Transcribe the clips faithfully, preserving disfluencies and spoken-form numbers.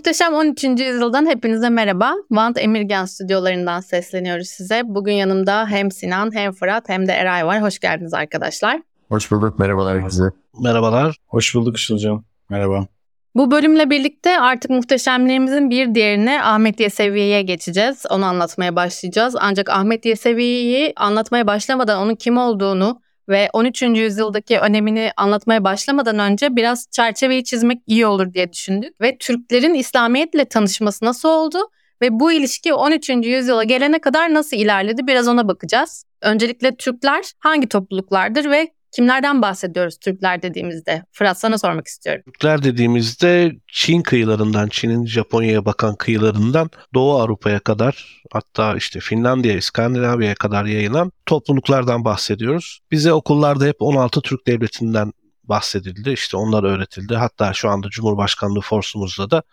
Muhteşem on üçüncü yüzyıldan hepinize merhaba. Vant Emirgan stüdyolarından sesleniyoruz size. Bugün yanımda hem Sinan hem Fırat hem de Eray var. Hoş geldiniz arkadaşlar. Hoş bulduk. Merhabalar herkese. Merhabalar. Hoş bulduk Işıl'cığım. Merhaba. Bu bölümle birlikte artık muhteşemlerimizin bir diğerine Ahmet Yesevi'ye geçeceğiz. Onu anlatmaya başlayacağız. Ancak Ahmet Yesevi'yi anlatmaya başlamadan onun kim olduğunu ve on üçüncü yüzyıldaki önemini anlatmaya başlamadan önce biraz çerçeveyi çizmek iyi olur diye düşündük. Ve Türklerin İslamiyet'le tanışması nasıl oldu ve bu ilişki on üçüncü yüzyıla gelene kadar nasıl ilerledi biraz ona bakacağız. Öncelikle Türkler hangi topluluklardır ve kimlerden bahsediyoruz Türkler dediğimizde? Fırat, sana sormak istiyorum. Türkler dediğimizde Çin kıyılarından, Çin'in Japonya'ya bakan kıyılarından Doğu Avrupa'ya kadar, hatta işte Finlandiya, İskandinavya'ya kadar yayılan topluluklardan bahsediyoruz. Bize okullarda hep on altı Türk devletinden bahsedildi. İşte onlar öğretildi. Hatta şu anda Cumhurbaşkanlığı forsumuzda da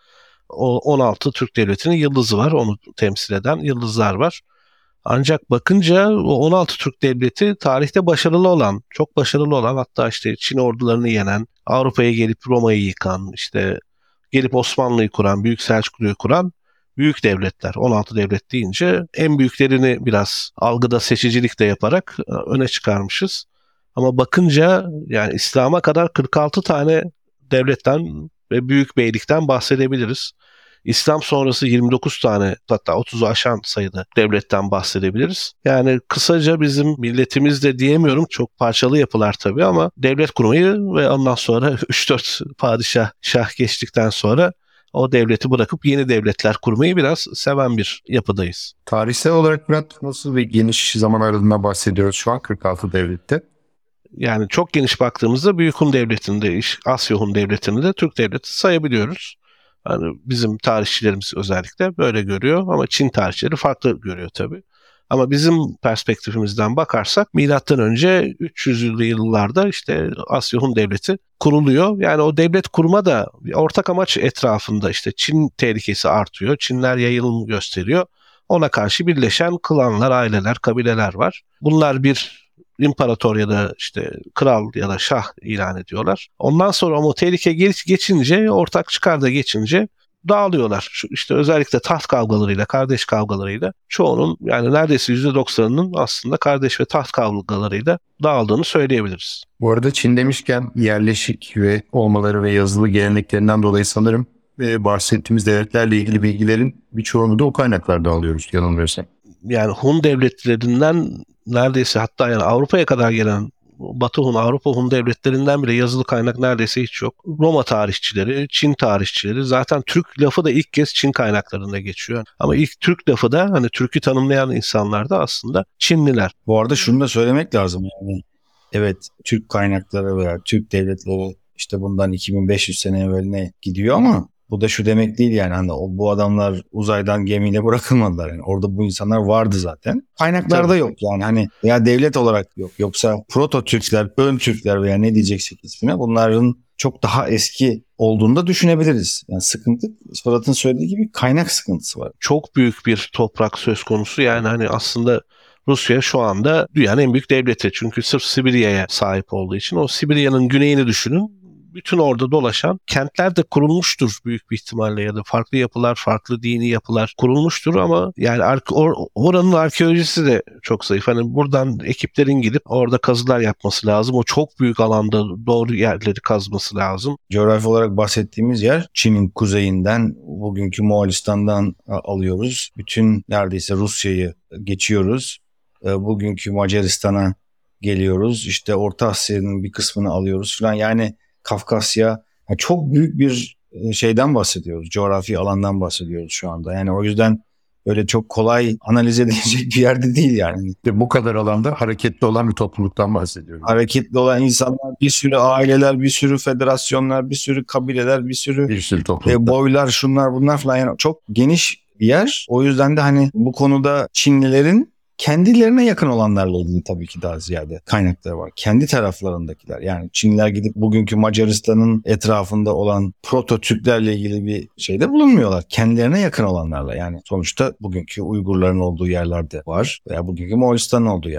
o on altı Türk devletinin yıldızı var. Onu temsil eden yıldızlar var. Ancak bakınca o on altı Türk devleti tarihte başarılı olan, çok başarılı olan, hatta işte Çin ordularını yenen, Avrupa'ya gelip Roma'yı yıkan, işte gelip Osmanlı'yı kuran, Büyük Selçuklu'yu kuran büyük devletler. on altı devlet deyince en büyüklerini biraz algıda seçicilik de yaparak öne çıkarmışız. Ama bakınca yani İslam'a kadar kırk altı tane devletten ve büyük beylikten bahsedebiliriz. İslam sonrası yirmi dokuz tane, hatta otuzu aşan sayıda devletten bahsedebiliriz. Yani kısaca bizim milletimiz de diyemiyorum, çok parçalı yapılar tabii, ama devlet kurmayı ve ondan sonra üç dört padişah şah geçtikten sonra o devleti bırakıp yeni devletler kurmayı biraz seven bir yapıdayız. Tarihsel olarak Murat, nasıl bir geniş zaman aralığına bahsediyoruz şu an kırk altı devlette? Yani çok geniş baktığımızda Büyük Hun Devleti'nde, Asya Hun Devleti'nde de Türk Devleti sayabiliyoruz. Yani bizim tarihçilerimiz özellikle böyle görüyor ama Çin tarihçileri farklı görüyor tabii. Ama bizim perspektifimizden bakarsak milattan önce üç yüzlü yıllarda işte Asya Hun Devleti kuruluyor. Yani o devlet kurma da ortak amaç etrafında, işte Çin tehlikesi artıyor. Çinler yayılım gösteriyor. Ona karşı birleşen klanlar, aileler, kabileler var. Bunlar bir imparator ya da işte kral ya da şah ilan ediyorlar. Ondan sonra o tehlike geç, geçince, ortak çıkarda geçince dağılıyorlar. Şu işte özellikle taht kavgalarıyla, kardeş kavgalarıyla çoğunun, yani neredeyse yüzde doksanının aslında kardeş ve taht kavgalarıyla dağıldığını söyleyebiliriz. Bu arada Çin demişken yerleşik ve olmaları ve yazılı geleneklerinden dolayı sanırım ve bahsettiğimiz devletlerle ilgili bilgilerin birçoğunu da o kaynaklarda alıyoruz yanılmıyorsam. Yani Hun devletlerinden neredeyse, hatta yani Avrupa'ya kadar gelen Batı Hun, Avrupa Hun devletlerinden bile yazılı kaynak neredeyse hiç yok. Roma tarihçileri, Çin tarihçileri, zaten Türk lafı da ilk kez Çin kaynaklarında geçiyor. Ama ilk Türk lafı da, hani Türk'ü tanımlayan insanlar da aslında Çinliler. Bu arada şunu da söylemek lazım yani. Evet, Türk kaynakları veya Türk devletleri işte bundan iki bin beş yüz sene evveline gidiyor ama bu da şu demek değil yani, hani bu adamlar uzaydan gemiyle bırakılmadılar. Yani orada bu insanlar vardı zaten. Kaynaklarda Tabii. yok yani, hani veya devlet olarak yok. Yoksa proto Türkler, ön Türkler veya ne diyeceksek ismine, bunların çok daha eski olduğunu da düşünebiliriz. Yani sıkıntı, Fırat'ın söylediği gibi, kaynak sıkıntısı var. Çok büyük bir toprak söz konusu. Yani hani aslında Rusya şu anda dünyanın en büyük devleti. Çünkü sırf Sibirya'ya sahip olduğu için. O Sibirya'nın güneyini düşünün. Bütün orada dolaşan kentler de kurulmuştur büyük bir ihtimalle, ya da farklı yapılar, farklı dini yapılar kurulmuştur, ama yani or- oranın arkeolojisi de çok zayıf. Hani buradan ekiplerin gidip orada kazılar yapması lazım. O çok büyük alanda doğru yerleri kazması lazım. Coğrafi olarak bahsettiğimiz yer Çin'in kuzeyinden, bugünkü Moğolistan'dan alıyoruz. Bütün neredeyse Rusya'yı geçiyoruz. Bugünkü Macaristan'a geliyoruz. İşte Orta Asya'nın bir kısmını alıyoruz falan. Yani Kafkasya, yani çok büyük bir şeyden bahsediyoruz. Coğrafi alandan bahsediyoruz şu anda. Yani o yüzden öyle çok kolay analiz edilecek bir yerde değil yani. Ve bu kadar alanda hareketli olan bir topluluktan bahsediyoruz. Hareketli olan insanlar, bir sürü aileler, bir sürü federasyonlar, bir sürü kabileler, bir sürü, Bir sürü topluluk. e, boylar, şunlar bunlar falan. Yani çok geniş bir yer. O yüzden de hani bu konuda Çinlilerin kendilerine yakın olanlarla ilgili tabii ki daha ziyade kaynakları var. Kendi taraflarındakiler. Yani Çinliler gidip bugünkü Macaristan'ın etrafında olan proto Türklerle ilgili bir şeyde bulunmuyorlar. Kendilerine yakın olanlarla. Yani sonuçta bugünkü Uygurların olduğu yerlerde var veya bugünkü Moğolistan'ın olduğu yerde var.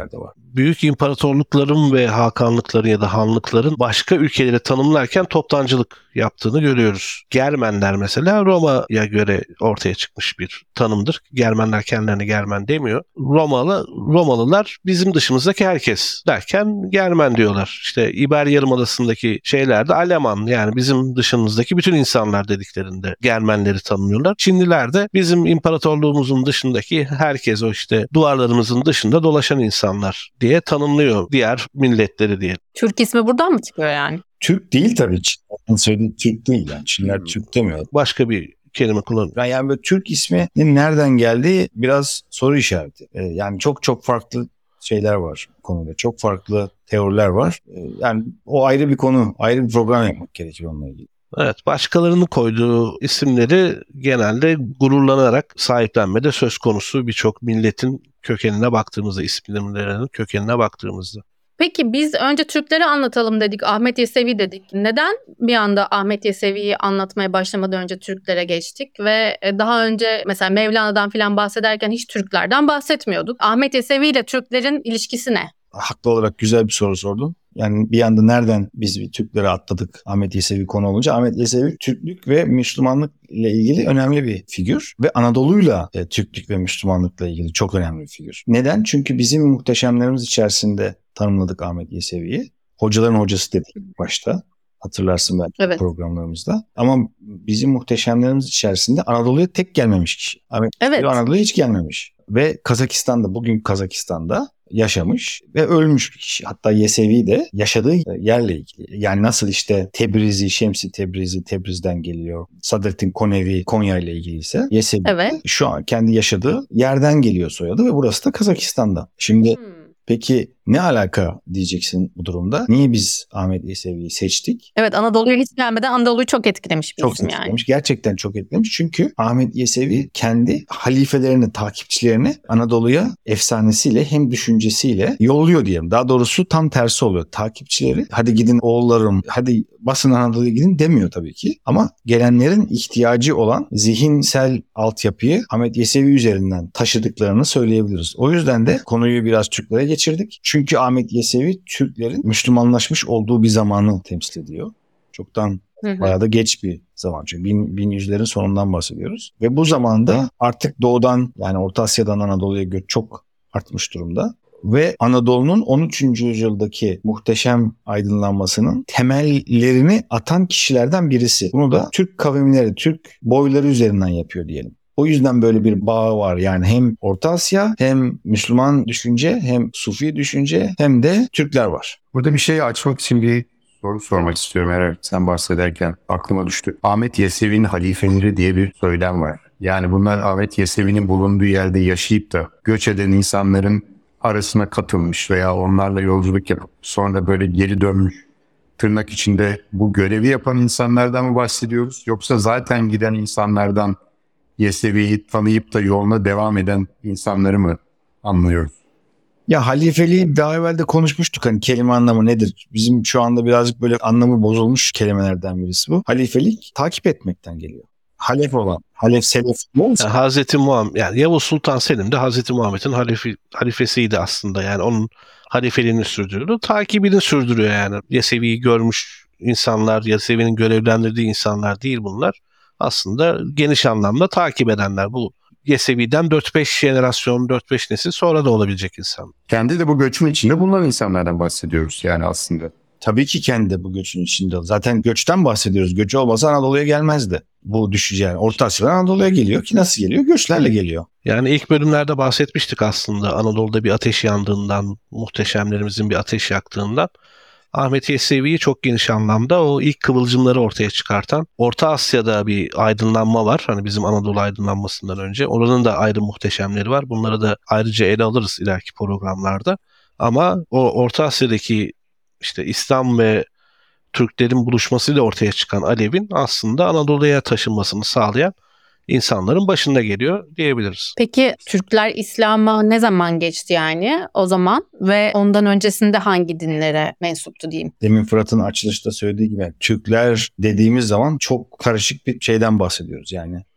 büyük imparatorlukların ve hakanlıkların ya da hanlıkların başka ülkeleri tanımlarken toptancılık yaptığını görüyoruz. Germenler mesela Roma'ya göre ortaya çıkmış bir tanımdır. Germenler kendilerine Germen demiyor. Romalı Romalılar bizim dışımızdaki herkes derken Germen diyorlar. İşte İber Yarımadası'ndaki şeyler de Aleman, yani bizim dışımızdaki bütün insanlar dediklerinde Germenleri tanımlıyorlar. Çinliler de bizim imparatorluğumuzun dışındaki herkes, o işte duvarlarımızın dışında dolaşan insanlar diye tanımlıyor diğer milletleri diye. Türk ismi buradan mı çıkıyor yani? Türk değil tabii. Çinlilerin söylediği Türk değil yani. Çinliler Türk demiyor. Başka bir kelime kullanıyor. Yani böyle Türk isminin nereden geldiği biraz soru işareti. Ee, yani çok çok farklı şeyler var bu konuda. Çok farklı teoriler var. Ee, yani o ayrı bir konu, ayrı bir program yapmak gerekir onunla ilgili. Evet, başkalarının koyduğu isimleri genelde gururlanarak sahiplenmede söz konusu birçok milletin kökenine baktığımızda, isimlerinin kökenine baktığımızda. Peki biz önce Türkleri anlatalım dedik, Ahmet Yesevi dedik. Neden bir anda Ahmet Yesevi'yi anlatmaya başlamadan önce Türklere geçtik ve daha önce mesela Mevlana'dan falan bahsederken hiç Türklerden bahsetmiyorduk. Ahmet Yesevi ile Türklerin ilişkisi ne? Haklı olarak güzel bir soru sordun. Yani bir anda nereden biz bir Türklere atladık Ahmet Yesevi konu olunca? Ahmet Yesevi Türklük ve Müslümanlık ile ilgili önemli bir figür ve Anadolu'yla e, Türklük ve Müslümanlıkla ilgili çok önemli bir figür. Neden? Çünkü bizim muhteşemlerimiz içerisinde tanımladık Ahmet Yesevi'yi. Hocaların hocası dedik başta. Hatırlarsın belki Evet. programlarımızda. Ama bizim muhteşemlerimiz içerisinde Anadolu'ya tek gelmemiş kişi. Ahmet Evet. Yesevi Anadolu'ya hiç gelmemiş. Ve Kazakistan'da, bugün Kazakistan'da yaşamış ve ölmüş bir kişi. Hatta Yesevi de yaşadığı yerle ilgili. Yani nasıl işte Tebrizi, Şemsi Tebrizi Tebriz'den geliyor. Sadrettin Konevi Konya ile ilgili ise Yesevi Evet. şu an kendi yaşadığı yerden geliyor soyadı ve burası da Kazakistan'da. Şimdi Hmm. peki ne alaka diyeceksin bu durumda? Niye biz Ahmet Yesevi'yi seçtik? Evet, Anadolu'ya hiç gelmeden Anadolu'yu çok etkilemiş bir Çok isim etkilemiş. Gerçekten çok etkilemiş. Çünkü Ahmet Yesevi kendi halifelerini, takipçilerini Anadolu'ya efsanesiyle hem düşüncesiyle yolluyor diyelim. Daha doğrusu tam tersi oluyor. Takipçileri hadi gidin oğullarım, hadi basın Anadolu'ya gidin demiyor tabii ki. Ama gelenlerin ihtiyacı olan zihinsel altyapıyı Ahmet Yesevi üzerinden taşıdıklarını söyleyebiliriz. O yüzden de konuyu biraz Türklere geçirdik. Çünkü Ahmet Yesevi Türklerin Müslümanlaşmış olduğu bir zamanı temsil ediyor. Çoktan Hı hı. bayağı da geç bir zaman. Çünkü bin, bin yüzlerin sonundan bahsediyoruz. Ve bu zamanda artık doğudan, yani Orta Asya'dan Anadolu'ya göç çok artmış durumda. Ve Anadolu'nun on üçüncü yüzyıldaki muhteşem aydınlanmasının temellerini atan kişilerden birisi. Bunu da Türk kavimleri, Türk boyları üzerinden yapıyor diyelim. O yüzden böyle bir bağ var. Yani hem Orta Asya, hem Müslüman düşünce, hem Sufi düşünce, hem de Türkler var. Burada bir şey açmak için bir soru sormak istiyorum. Eğer sen bahsederken aklıma düştü. Ahmet Yesevi'nin halifeleri diye bir söylem var. Yani bunlar Ahmet Yesevi'nin bulunduğu yerde yaşayıp da göç eden insanların arasına katılmış veya onlarla yolculuk yapıp sonra böyle geri dönmüş, tırnak içinde bu görevi yapan insanlardan mı bahsediyoruz? Yoksa zaten giden insanlardan Yesevi'yi tanıyıp da yoluna devam eden insanları mı anlıyoruz? Ya halifeliği daha evvel de konuşmuştuk, hani kelime anlamı nedir? Bizim şu anda birazcık böyle anlamı bozulmuş kelimelerden birisi bu. Halifelik takip etmekten geliyor. Halef olan, halef selef ne olsa. Yani Hazreti Muhammed, yani Yavuz Sultan Selim de Hazreti Muhammed'in halife, halifesiydi aslında. Yani onun halifeliğini sürdürüyordu. Takibini sürdürüyor yani. Yesevi'yi görmüş insanlar, Yesevi'nin görevlendirdiği insanlar değil bunlar. Aslında geniş anlamda takip edenler. Bu Yesevi'den dört beş jenerasyon, dört beş nesil sonra da olabilecek insan. Kendi de bu göçün içinde bulunan insanlardan bahsediyoruz yani aslında. Tabii ki kendi de bu göçün içinde. Zaten göçten bahsediyoruz. Göç olmasa Anadolu'ya gelmezdi. Bu düşünce yani Orta Asya'dan Anadolu'ya geliyor ki nasıl geliyor? Göçlerle geliyor. Yani ilk bölümlerde bahsetmiştik aslında Anadolu'da bir ateş yandığından, muhteşemlerimizin bir ateş yaktığından. Ahmet Yesevi'yi çok geniş anlamda o ilk kıvılcımları ortaya çıkartan, Orta Asya'da bir aydınlanma var. Hani bizim Anadolu aydınlanmasından önce. Oranın da ayrı muhteşemleri var. Bunları da ayrıca ele alırız ileriki programlarda. Ama o Orta Asya'daki işte İslam ve Türklerin buluşmasıyla ortaya çıkan alevin aslında Anadolu'ya taşınmasını sağlayan insanların başında geliyor diyebiliriz. Peki Türkler İslam'a ne zaman geçti yani o zaman ve ondan öncesinde hangi dinlere mensuptu diyeyim? Demin Fırat'ın açılışta söylediği gibi Türkler dediğimiz zaman çok karışık bir şeyden bahsediyoruz yani. Evet.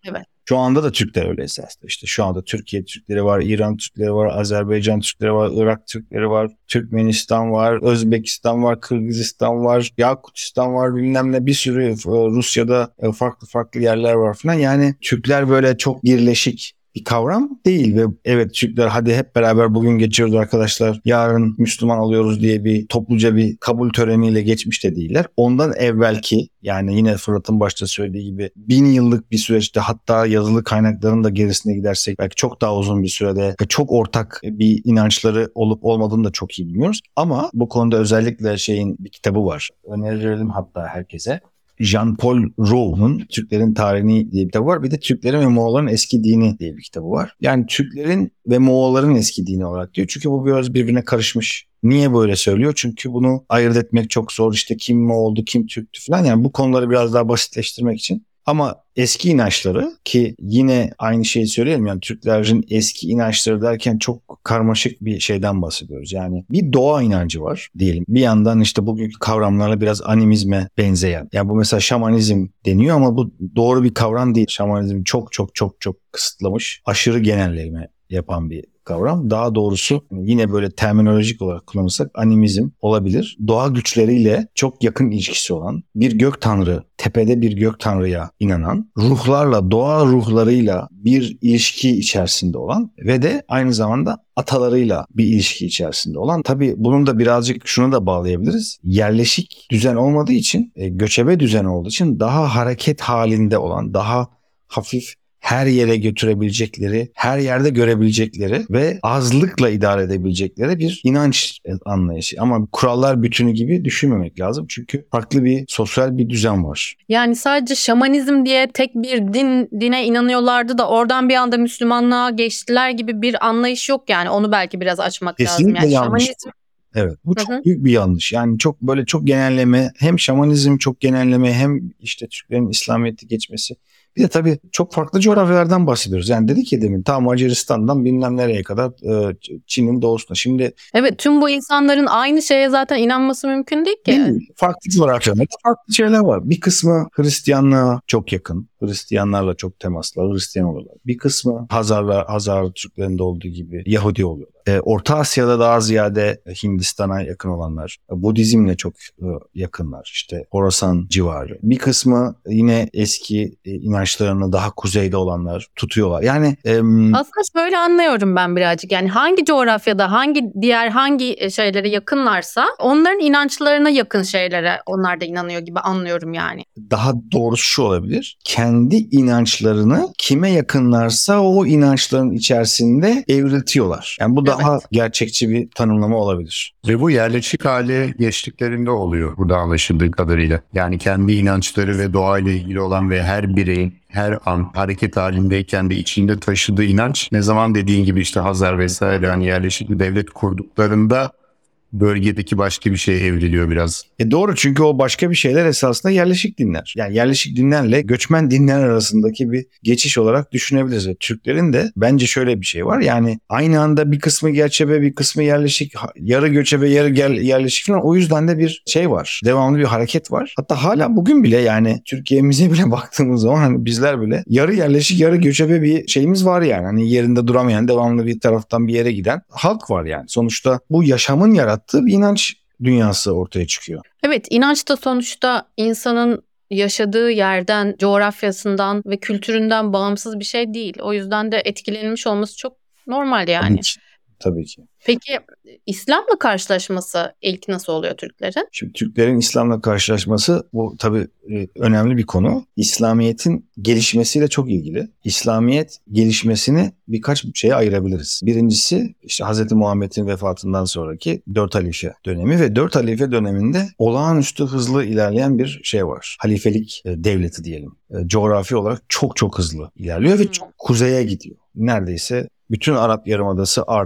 Şu anda da Türkler öyle esasında. İşte şu anda Türkiye Türkleri var, İran Türkleri var, Azerbaycan Türkleri var, Irak Türkleri var, Türkmenistan var, Özbekistan var, Kırgızistan var, Yakutistan var, bilmem ne, bir sürü e, Rusya'da e, farklı farklı yerler var falan. Yani Türkler böyle çok birleşik bir kavram değil ve evet Türkler hadi hep beraber bugün geçiyoruz arkadaşlar, yarın Müslüman oluyoruz diye bir topluca bir kabul töreniyle geçmiş de değiller. Ondan evvelki, yani yine Fırat'ın başta söylediği gibi bin yıllık bir süreçte, hatta yazılı kaynakların da gerisine gidersek belki çok daha uzun bir sürede çok ortak bir inançları olup olmadığını da çok iyi bilmiyoruz. Ama bu konuda özellikle şeyin bir kitabı var. Öneririm hatta herkese. Jean-Paul Roux'un Türklerin Tarihini diye bir kitabı var. Bir de Türklerin ve Moğolların Eski Dini diye bir kitabı var. Yani Türklerin ve Moğolların eski dini olarak diyor. Çünkü bu biraz birbirine karışmış. Niye böyle söylüyor? Çünkü bunu ayırt etmek çok zor. İşte kim Moğol'du, kim Türk'tü falan. Yani bu konuları biraz daha basitleştirmek için. Ama eski inançları, ki yine aynı şeyi söyleyelim, yani Türklerin eski inançları derken çok karmaşık bir şeyden bahsediyoruz. Yani bir doğa inancı var diyelim. Bir yandan işte bugünkü kavramlarla biraz animizme benzeyen. Yani bu mesela şamanizm deniyor ama bu doğru bir kavram değil. Şamanizm çok çok çok çok kısıtlamış, aşırı genelleme yapan bir kavram. Daha doğrusu yine böyle terminolojik olarak kullanırsak animizm olabilir. Doğa güçleriyle çok yakın ilişkisi olan, bir gök tanrı, tepede bir gök tanrıya inanan, ruhlarla, doğa ruhlarıyla bir ilişki içerisinde olan ve de aynı zamanda atalarıyla bir ilişki içerisinde olan. Tabii bunun da birazcık şunu da bağlayabiliriz. Yerleşik düzen olmadığı için, e, göçebe düzen olduğu için daha hareket halinde olan, daha hafif, her yere götürebilecekleri, her yerde görebilecekleri ve azlıkla idare edebilecekleri bir inanç anlayışı. Ama kurallar bütünü gibi düşünmemek lazım. Çünkü farklı bir sosyal bir düzen var. Yani sadece şamanizm diye tek bir din dine inanıyorlardı da oradan bir anda Müslümanlığa geçtiler gibi bir anlayış yok yani. Onu belki biraz açmak Kesinlikle lazım. Yani yanlış. şamanizm... Evet, bu çok Hı hı. büyük bir yanlış. Yani çok böyle çok genelleme, hem şamanizm çok genelleme, hem işte Türklerin İslamiyet'e geçmesi. Bir de tabii çok farklı coğrafyalardan bahsediyoruz. Yani dedik ya demin, ta Macaristan'dan bilmem nereye kadar, e, Çin'in doğusuna. Şimdi Evet, tüm bu insanların aynı şeye zaten inanması mümkün değil ki. değil, farklı coğrafyalarda farklı şeyler var. Bir kısmı Hristiyanlığa çok yakın. Hristiyanlarla çok temaslar, Hristiyan oluyorlar. Bir kısmı Hazarlar, Hazar Türklerinde olduğu gibi Yahudi oluyorlar. E, Orta Asya'da daha ziyade Hindistan'a yakın olanlar, Budizmle çok e, yakınlar. İşte Horasan civarı. Bir kısmı yine eski e, inançlarını daha kuzeyde olanlar tutuyorlar. Yani e, Aslında şöyle anlıyorum ben birazcık. Yani hangi coğrafyada, hangi diğer hangi şeylere yakınlarsa onların inançlarına yakın şeylere onlar da inanıyor gibi anlıyorum yani. daha doğrusu şu olabilir. Kendi inançlarını kime yakınlarsa o inançların içerisinde evriltiyorlar. Yani bu daha Evet. gerçekçi bir tanımlama olabilir. Ve bu yerleşik hale geçtiklerinde oluyor burada anlaşıldığı kadarıyla. Yani kendi inançları ve doğayla ilgili olan ve her bireyin her an hareket halindeyken de içinde taşıdığı inanç, ne zaman dediğin gibi işte Hazar vesaire hani yerleşik bir devlet kurduklarında bölgedeki başka bir şeye evriliyor biraz. E doğru, çünkü o başka bir şeyler esasında yerleşik dinler. Yani yerleşik dinlerle göçmen dinler arasındaki bir geçiş olarak düşünebiliriz. Ve Türklerin de bence şöyle bir şey var. Yani aynı anda bir kısmı göçebe, bir kısmı yerleşik, yarı göçebe, yarı yerleşik falan. O yüzden de bir şey var. Devamlı bir hareket var. Hatta hala bugün bile, yani Türkiye'mize bile baktığımız zaman hani bizler bile yarı yerleşik, yarı göçebe bir şeyimiz var yani. Hani yerinde duramayan, devamlı bir taraftan bir yere giden halk var yani. Sonuçta bu yaşamın yarattığı bir inanç dünyası ortaya çıkıyor. Evet, inanç da sonuçta insanın yaşadığı yerden, coğrafyasından ve kültüründen bağımsız bir şey değil. O yüzden de etkilenmiş olması çok normal yani. Tabii ki. Tabii ki. Peki İslam'la karşılaşması ilk nasıl oluyor Türklerin? Şimdi Türklerin İslam'la karşılaşması, bu tabii e, önemli bir konu. İslamiyet'in gelişmesiyle çok ilgili. İslamiyet gelişmesini birkaç şeye ayırabiliriz. Birincisi işte Hz. Muhammed'in vefatından sonraki dört halife dönemi ve dört halife döneminde olağanüstü hızlı ilerleyen bir şey var. Halifelik e, devleti diyelim. E, coğrafi olarak çok çok hızlı ilerliyor ve çok kuzeye gidiyor. Neredeyse bütün Arap Yarımadası artı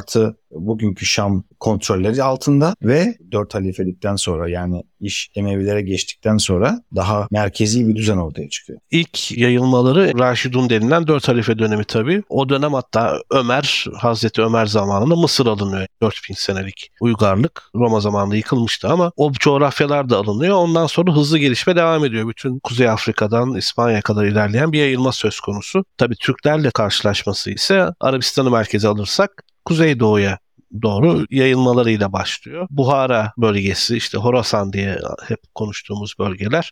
bugünkü Şam kontrolleri altında ve dört halifelikten sonra, yani iş Emevilere geçtikten sonra daha merkezi bir düzen ortaya çıkıyor. İlk yayılmaları Raşidun denilen dört halife dönemi tabii. O dönem hatta Ömer, Hazreti Ömer zamanında Mısır alınıyor. dört bin senelik uygarlık Roma zamanında yıkılmıştı ama o coğrafyalar da alınıyor. Ondan sonra hızlı gelişme devam ediyor. Bütün Kuzey Afrika'dan İspanya'ya kadar ilerleyen bir yayılma söz konusu. Tabii Türklerle karşılaşması ise Arabistan'ı merkeze alırsak Kuzeydoğu'ya doğru yayılmalarıyla başlıyor. Buhara bölgesi, işte Horasan diye hep konuştuğumuz bölgeler.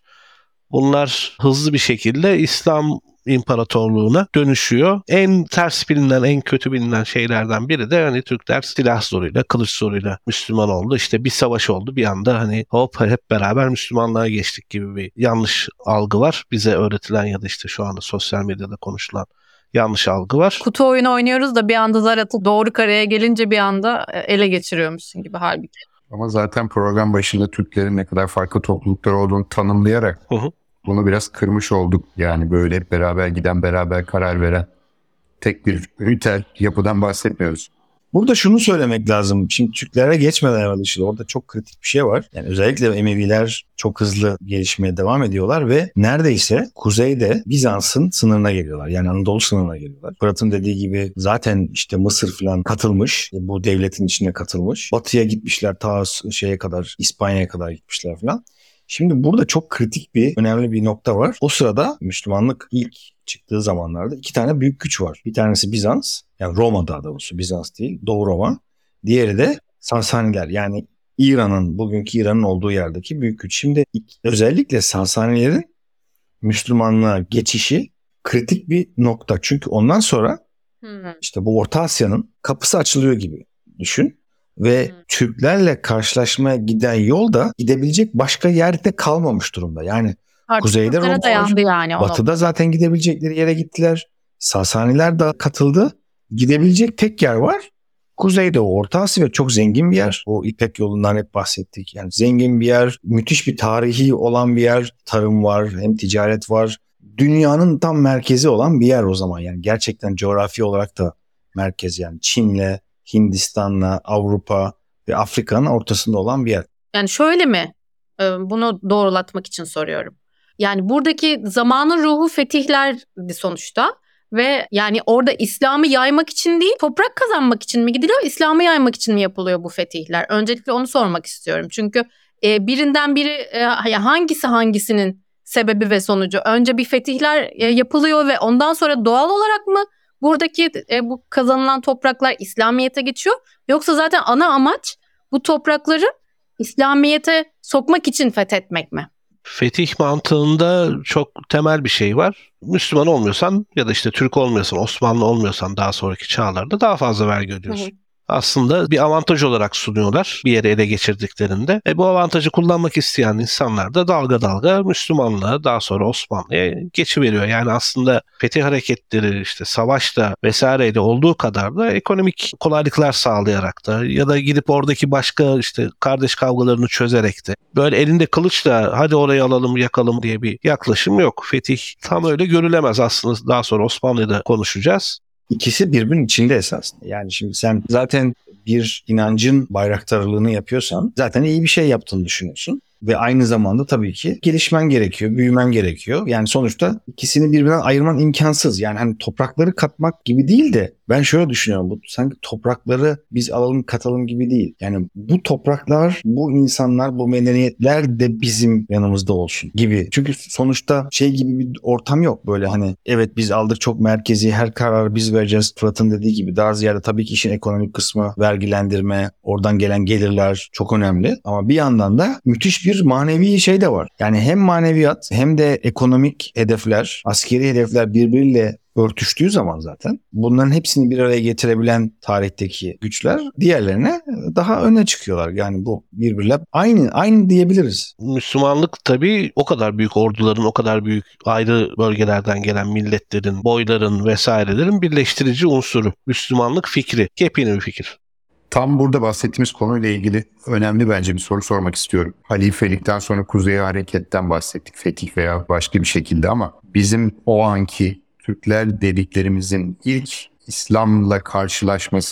Bunlar hızlı bir şekilde İslam İmparatorluğu'na dönüşüyor. En ters bilinen, en kötü bilinen şeylerden biri de hani Türkler silah zoruyla, kılıç zoruyla Müslüman oldu. İşte bir savaş oldu, bir anda hani hop hep beraber Müslümanlığa geçtik gibi bir yanlış algı var. Bize öğretilen ya da işte şu anda sosyal medyada konuşulan yanlış algı var. Kutu oyunu oynuyoruz da bir anda zar atıp doğru kareye gelince bir anda ele geçiriyormuşsun gibi halbuki. Ama zaten program başında Türklerin ne kadar farklı topluluklar olduğunu tanımlayarak Hı hı. bunu biraz kırmış olduk. Yani böyle hep beraber giden, beraber karar veren tek bir üniter yapıdan bahsetmiyoruz. Burada şunu söylemek lazım. Şimdi Türklere geçmeden evvel işte orada çok kritik bir şey var. Yani özellikle Emeviler çok hızlı gelişmeye devam ediyorlar ve neredeyse kuzeyde Bizans'ın sınırına geliyorlar. Yani Anadolu sınırına geliyorlar. Fırat'ın dediği gibi zaten işte Mısır falan katılmış. Bu devletin içine katılmış. Batıya gitmişler, ta şeye kadar, İspanya'ya kadar gitmişler falan. Şimdi burada çok kritik bir, önemli bir nokta var. O sırada Müslümanlık ilk çıktığı zamanlarda iki tane büyük güç var. Bir tanesi Bizans, yani Roma daha doğrusu, Bizans değil, Doğu Roma. Diğeri de Sasaniler, yani İran'ın, bugünkü İran'ın olduğu yerdeki büyük güç. Şimdi özellikle Sasanilerin Müslümanlığa geçişi kritik bir nokta. Çünkü ondan sonra hmm. işte bu Orta Asya'nın kapısı açılıyor gibi düşün. Ve hmm. Türklerle karşılaşmaya giden yolda gidebilecek başka yerde kalmamış durumda. Yani artık kuzeyde Roma dayandı yani. Batı'da zaten gidebilecekleri yere gittiler. Sasaniler de katıldı. Gidebilecek tek yer var. Kuzeyde o Orta Asya, çok zengin bir yer. O İpek yolundan hep bahsettik. Yani zengin bir yer, müthiş bir tarihi olan bir yer. Tarım var, hem ticaret var. Dünyanın tam merkezi olan bir yer o zaman. Yani gerçekten coğrafi olarak da merkez, yani Çin'le, Hindistan'la, Avrupa ve Afrika'nın ortasında olan bir yer. Yani şöyle mi? Bunu doğrulatmak için soruyorum. Yani buradaki zamanın ruhu fetihlerdi sonuçta ve yani orada İslam'ı yaymak için değil, toprak kazanmak için mi gidiliyor, İslam'ı yaymak için mi yapılıyor bu fetihler? Öncelikle onu sormak istiyorum. Çünkü e, birinden biri e, hangisi hangisinin sebebi ve sonucu? Önce bir fetihler e, yapılıyor ve ondan sonra doğal olarak mı buradaki e, bu kazanılan topraklar İslamiyet'e geçiyor? Yoksa zaten ana amaç bu toprakları İslamiyet'e sokmak için fethetmek mi? Fetih mantığında çok temel bir şey var. Müslüman olmuyorsan ya da işte Türk olmuyorsan, Osmanlı olmuyorsan daha sonraki çağlarda daha fazla vergi ödüyorsun. Hı hı. Aslında bir avantaj olarak sunuyorlar bir yere ele geçirdiklerinde. E bu avantajı kullanmak isteyen insanlar da dalga dalga Müslümanlığa, daha sonra Osmanlı'ya geçiveriyor. Yani aslında fetih hareketleri işte savaşta vesaireyle olduğu kadar da ekonomik kolaylıklar sağlayarak da ya da gidip oradaki başka işte kardeş kavgalarını çözerek de böyle elinde kılıçla hadi orayı alalım yakalım diye bir yaklaşım yok. Fetih tam öyle görülemez aslında, daha sonra Osmanlı'da konuşacağız. İkisi birbirinin içinde esasında. Yani şimdi sen zaten bir inancın bayraktarlığını yapıyorsan zaten iyi bir şey yaptığını düşünüyorsun. Ve aynı zamanda tabii ki gelişmen gerekiyor, büyümen gerekiyor. Yani sonuçta ikisini birbirinden ayırman imkansız. Yani hani toprakları katmak gibi değil de ben şöyle düşünüyorum. Bu sanki toprakları biz alalım katalım gibi değil. Yani bu topraklar, bu insanlar, bu medeniyetler de bizim yanımızda olsun gibi. Çünkü sonuçta şey gibi bir ortam yok. Böyle hani evet biz aldık çok merkezi, her kararı biz vereceğiz. Fırat'ın dediği gibi daha ziyade tabii ki işin ekonomik kısmı, vergilendirme, oradan gelen gelirler çok önemli. Ama bir yandan da müthiş bir manevi şey de var. Yani hem maneviyat hem de ekonomik hedefler, askeri hedefler birbiriyle örtüştüğü zaman zaten bunların hepsini bir araya getirebilen tarihteki güçler diğerlerine daha öne çıkıyorlar. Yani bu birbiriyle aynı aynı diyebiliriz. Müslümanlık tabii o kadar büyük orduların, o kadar büyük ayrı bölgelerden gelen milletlerin, boyların vesairelerin birleştirici unsuru. Müslümanlık fikri, yepyeni bir fikir. Tam burada bahsettiğimiz konuyla ilgili önemli bence bir soru sormak istiyorum. Halifelikten sonra Kuzey Hareket'ten bahsettik, fetih veya başka bir şekilde, ama bizim o anki Türkler dediklerimizin ilk İslam'la karşılaşması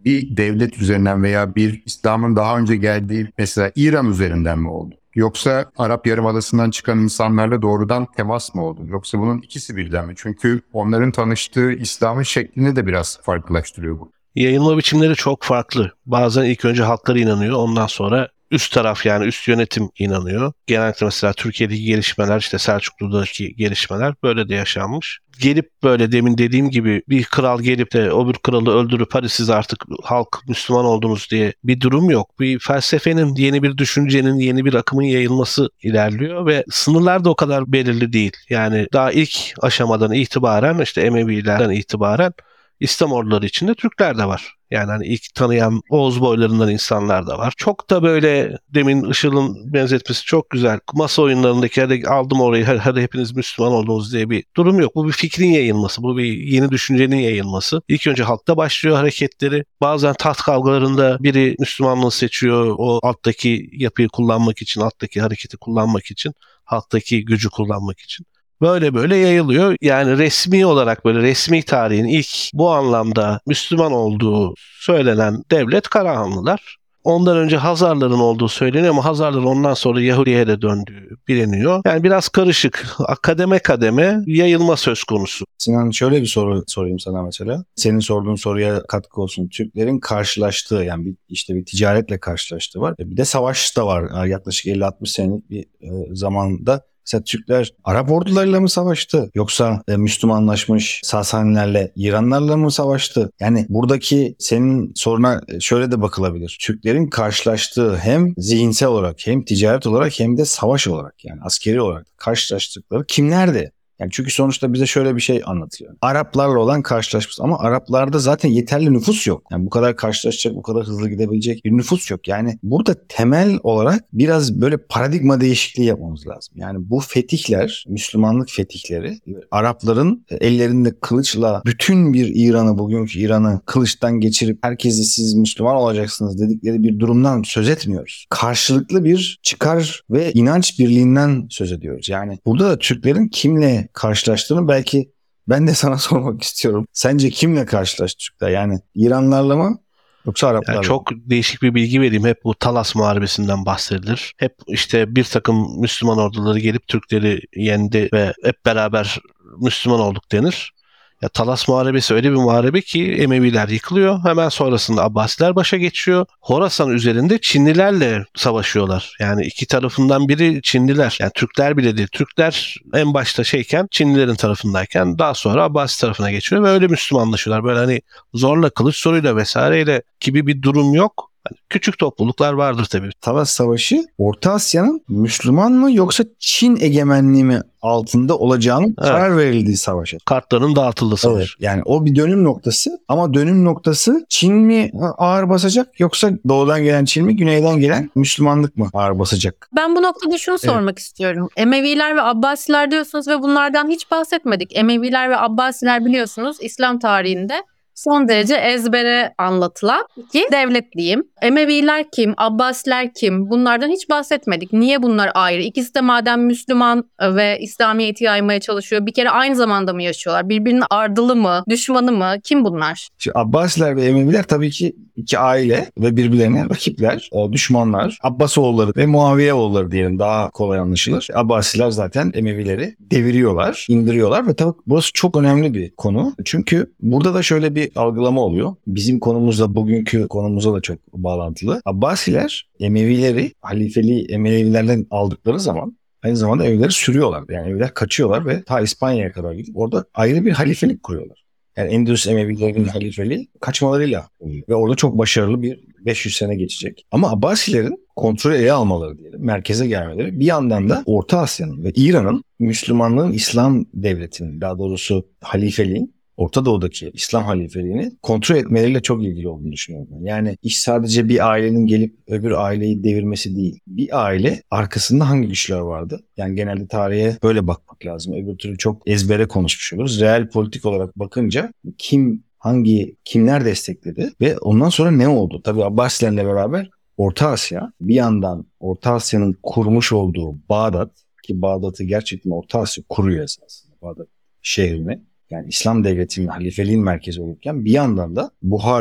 bir devlet üzerinden veya bir İslam'ın daha önce geldiği mesela İran üzerinden mi oldu? Yoksa Arap Yarımadası'ndan çıkan insanlarla doğrudan temas mı oldu? Yoksa bunun ikisi birden mi? Çünkü onların tanıştığı İslam'ın şeklini de biraz farklılaştırıyor bu. Yayılma biçimleri çok farklı. Bazen ilk önce halkları inanıyor, ondan sonra üst taraf yani üst yönetim inanıyor. Genellikle mesela Türkiye'deki gelişmeler, işte Selçuklu'daki gelişmeler böyle de yaşanmış. Gelip böyle demin dediğim gibi bir kral gelip de öbür kralı öldürüp hadi siz artık halk Müslüman oldunuz diye bir durum yok. Bir felsefenin, yeni bir düşüncenin, yeni bir akımın yayılması ilerliyor ve sınırlar da o kadar belirli değil. Yani daha ilk aşamadan itibaren, işte Emevilerden itibaren İslam orduları içinde Türkler de var. Yani hani ilk tanıyan Oğuz boylarından insanlar da var. Çok da böyle demin Işıl'ın benzetmesi çok güzel. Masa oyunlarındaki hadi aldım orayı hadi hepiniz Müslüman oldunuz diye bir durum yok. Bu bir fikrin yayılması. Bu bir yeni düşüncenin yayılması. İlk önce halkta başlıyor hareketleri. Bazen taht kavgalarında biri Müslümanlığı seçiyor. O alttaki yapıyı kullanmak için, alttaki hareketi kullanmak için, halktaki gücü kullanmak için. Böyle böyle yayılıyor. Yani resmi olarak böyle resmi tarihin ilk bu anlamda Müslüman olduğu söylenen devlet Karahanlılar. Ondan önce Hazarların olduğu söyleniyor ama Hazarlar ondan sonra Yahudi'ye de döndüğü biliniyor. Yani biraz karışık. Kademe kademe yayılma söz konusu. Sinan, şöyle bir soru sorayım sana mesela. Senin sorduğun soruya katkı olsun. Türklerin karşılaştığı, yani bir, işte bir ticaretle karşılaştığı var. Bir de savaş da var. Yaklaşık elli altmış senelik bir e, zamanda. Mesela Türkler Arap ordularıyla mı savaştı? Yoksa e, Müslümanlaşmış Sasanilerle, İranlarla mı savaştı? Yani buradaki senin soruna şöyle de bakılabilir. Türklerin karşılaştığı hem zihinsel olarak hem ticaret olarak hem de savaş olarak, yani askeri olarak karşılaştıkları kimlerdi? Yani çünkü sonuçta bize şöyle bir şey anlatıyor. Araplarla olan karşılaşması, ama Araplarda zaten yeterli nüfus yok. Yani bu kadar karşılaşacak, bu kadar hızlı gidebilecek bir nüfus yok. Yani burada temel olarak biraz böyle paradigma değişikliği yapmamız lazım. Yani bu fetihler, Müslümanlık fetihleri, Arapların ellerinde kılıçla bütün bir İran'ı, bugünkü İran'ı kılıçtan geçirip herkesi siz Müslüman olacaksınız dedikleri bir durumdan söz etmiyoruz. Karşılıklı bir çıkar ve inanç birliğinden söz ediyoruz. Yani burada da Türklerin kimle karşılaştığını belki ben de sana sormak istiyorum. Sence kimle karşılaştı Türkler? Yani İranlarla mı yoksa Araplarla Yani mı? çok değişik bir bilgi vereyim. Hep bu Talas Muharebesi'nden bahsedilir. Hep işte bir takım Müslüman orduları gelip Türkleri yendi ve hep beraber Müslüman olduk denir. Ya Talas Muharebesi öyle bir muharebe ki Emeviler yıkılıyor. Hemen sonrasında Abbasiler başa geçiyor. Horasan üzerinde Çinlilerle savaşıyorlar. Yani iki tarafından biri Çinliler. Yani Türkler bile değil. Türkler en başta şeyken, Çinlilerin tarafındayken daha sonra Abbasi tarafına geçiyor ve öyle Müslümanlaşıyorlar. Böyle hani zorla, kılıç soruyla vesaireyle gibi bir durum yok. Yani küçük topluluklar vardır tabii. Talas Savaşı Orta Asya'nın Müslüman mı yoksa Çin egemenliği mi altında olacağının Evet. karar verildiği savaş. Kartların dağıtıldığı savaş. Evet. Yani o bir dönüm noktası, ama dönüm noktası Çin mi ağır basacak yoksa doğudan gelen Çin mi, güneyden gelen Müslümanlık mı ağır basacak? Ben bu noktada şunu sormak istiyorum. Emeviler ve Abbasiler diyorsunuz ve bunlardan hiç bahsetmedik. Emeviler ve Abbasiler biliyorsunuz İslam tarihinde son derece ezbere anlatılan iki devlet diyeyim. Emeviler kim? Abbasiler kim? Bunlardan hiç bahsetmedik. Niye bunlar ayrı? İkisi de madem Müslüman ve İslamiyet'i yaymaya çalışıyor, bir kere aynı zamanda mı yaşıyorlar? Birbirinin ardılı mı? Düşmanı mı? Kim bunlar? Şimdi Abbasiler ve Emeviler tabii ki iki aile ve birbirlerine rakipler, düşmanlar. Abbasoğulları ve Muaviyeoğulları diyelim, daha kolay anlaşılır. Abbasiler zaten Emevileri deviriyorlar, indiriyorlar ve tabii burası çok önemli bir konu. Çünkü burada da şöyle bir algılama oluyor. Bizim konumuzla, bugünkü konumuza da çok bağlantılı. Abbasiler Emevileri, halifeliği Emevilerden aldıkları zaman aynı zamanda Emevileri sürüyorlar. Yani Emeviler kaçıyorlar ve ta İspanya'ya kadar gidip orada ayrı bir halifelik kuruyorlar. Yani Endülüs Emevilerinin halifeliği kaçmalarıyla oluyor. Ve orada çok başarılı bir beş yüz sene geçecek. Ama Abbasilerin kontrolü ele almaları diyelim, merkeze gelmeleri, bir yandan da Orta Asya'nın ve İran'ın Müslümanlığın, İslam devletinin, daha doğrusu halifeliğin, Orta Doğu'daki İslam halifeliğini kontrol etmeleriyle çok ilgili olduğunu düşünüyorum. Yani iş sadece bir ailenin gelip öbür aileyi devirmesi değil. Bir aile arkasında hangi güçler vardı? Yani genelde tarihe böyle bakmak lazım. Öbür türlü çok ezbere konuşmuş oluruz. Real politik olarak bakınca kim, hangi, kimler destekledi ve ondan sonra ne oldu? Tabii Abbasilerle beraber Orta Asya, bir yandan Orta Asya'nın kurmuş olduğu Bağdat, ki Bağdat'ı gerçekten Orta Asya kuruyor esasında, Bağdat şehrini. Yani İslam devletinin, halifeliğin merkezi olurken bir yandan da Buhara,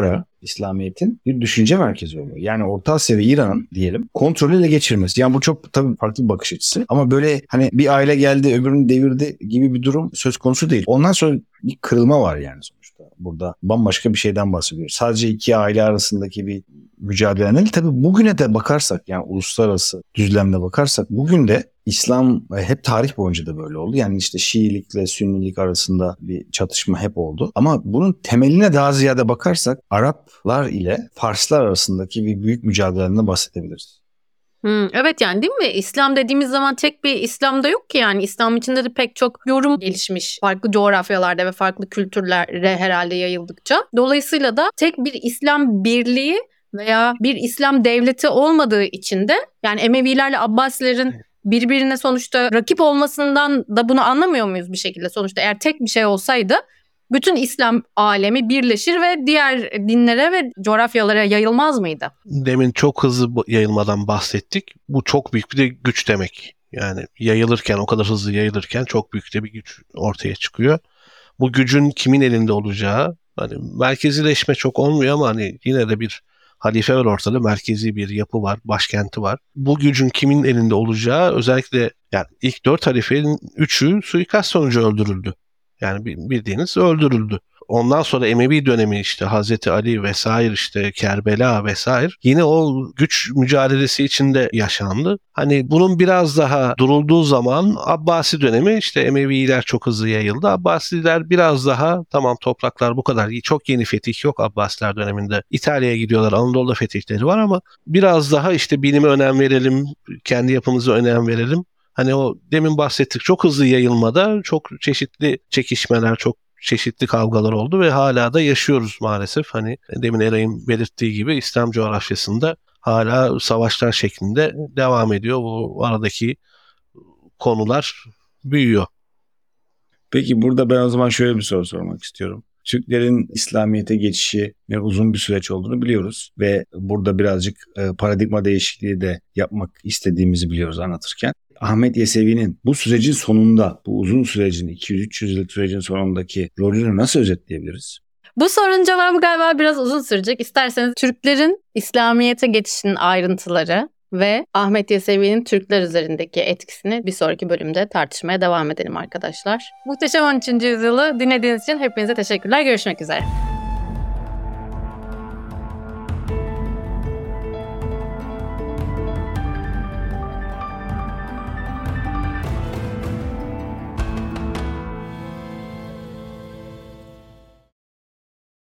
İslamiyet'in bir düşünce merkezi oluyor. Yani Orta Asya ve İran'ın diyelim kontrolü ele geçirmesi. Yani bu çok tabii farklı bir bakış açısı. Ama böyle hani bir aile geldi öbürünü devirdi gibi bir durum söz konusu değil. Ondan sonra bir kırılma var yani sonuçta. Burada bambaşka bir şeyden bahsediyoruz. Sadece iki aile arasındaki bir mücadele değil. Tabii bugüne de bakarsak yani uluslararası düzlemde bakarsak bugün de İslam hep tarih boyunca da böyle oldu. Yani işte Şiilikle Sünnilik arasında bir çatışma hep oldu. Ama bunun temeline daha ziyade bakarsak Araplar ile Farslar arasındaki bir büyük mücadeleden bahsedebiliriz. Hmm, evet yani değil mi? İslam dediğimiz zaman tek bir İslam'da yok ki yani. İslam içinde de pek çok yorum gelişmiş. Farklı coğrafyalarda ve farklı kültürlere herhalde yayıldıkça. Dolayısıyla da tek bir İslam birliği veya bir İslam devleti olmadığı için de yani Emevilerle Abbasilerin birbirine sonuçta rakip olmasından da bunu anlamıyor muyuz bir şekilde? Sonuçta eğer tek bir şey olsaydı bütün İslam alemi birleşir ve diğer dinlere ve coğrafyalara yayılmaz mıydı? Demin çok hızlı yayılmadan bahsettik. Bu çok büyük bir de güç demek. Yani yayılırken, o kadar hızlı yayılırken çok büyük de bir güç ortaya çıkıyor. Bu gücün kimin elinde olacağı, hani merkezileşme çok olmuyor ama hani yine de bir halife var ortada, merkezi bir yapı var, başkenti var. Bu gücün kimin elinde olacağı özellikle yani ilk dört halifenin üçü suikast sonucu öldürüldü. Yani bildiğiniz öldürüldü. Ondan sonra Emevi dönemi işte Hazreti Ali vesaire işte Kerbela vesaire yine o güç mücadelesi içinde yaşandı. Hani bunun biraz daha durulduğu zaman Abbasi dönemi işte Emeviler çok hızlı yayıldı. Abbasiler biraz daha tamam topraklar bu kadar çok yeni fetih yok Abbasiler döneminde. İtalya'ya gidiyorlar, Anadolu'da fetihleri var ama biraz daha işte bilime önem verelim, kendi yapımıza önem verelim. Hani o demin bahsettik çok hızlı yayılmada çok çeşitli çekişmeler, çok çeşitli kavgalar oldu ve hala da yaşıyoruz maalesef. Hani demin Eray'ın belirttiği gibi İslam coğrafyasında hala savaşlar şeklinde devam ediyor. Bu aradaki konular büyüyor. Peki burada ben o zaman şöyle bir soru sormak istiyorum. Türklerin İslamiyet'e geçişi uzun bir süreç olduğunu biliyoruz ve burada birazcık paradigma değişikliği de yapmak istediğimizi biliyoruz anlatırken. Ahmet Yesevi'nin bu sürecin sonunda, bu uzun sürecin iki yüz üç yüz yıllık sürecin sonundaki rolünü nasıl özetleyebiliriz? Bu sorunun cevabı galiba biraz uzun sürecek. İsterseniz Türklerin İslamiyet'e geçişinin ayrıntıları ve Ahmet Yesevi'nin Türkler üzerindeki etkisini bir sonraki bölümde tartışmaya devam edelim arkadaşlar. Muhteşem on üçüncü yüzyılı dinlediğiniz için hepinize teşekkürler. Görüşmek üzere.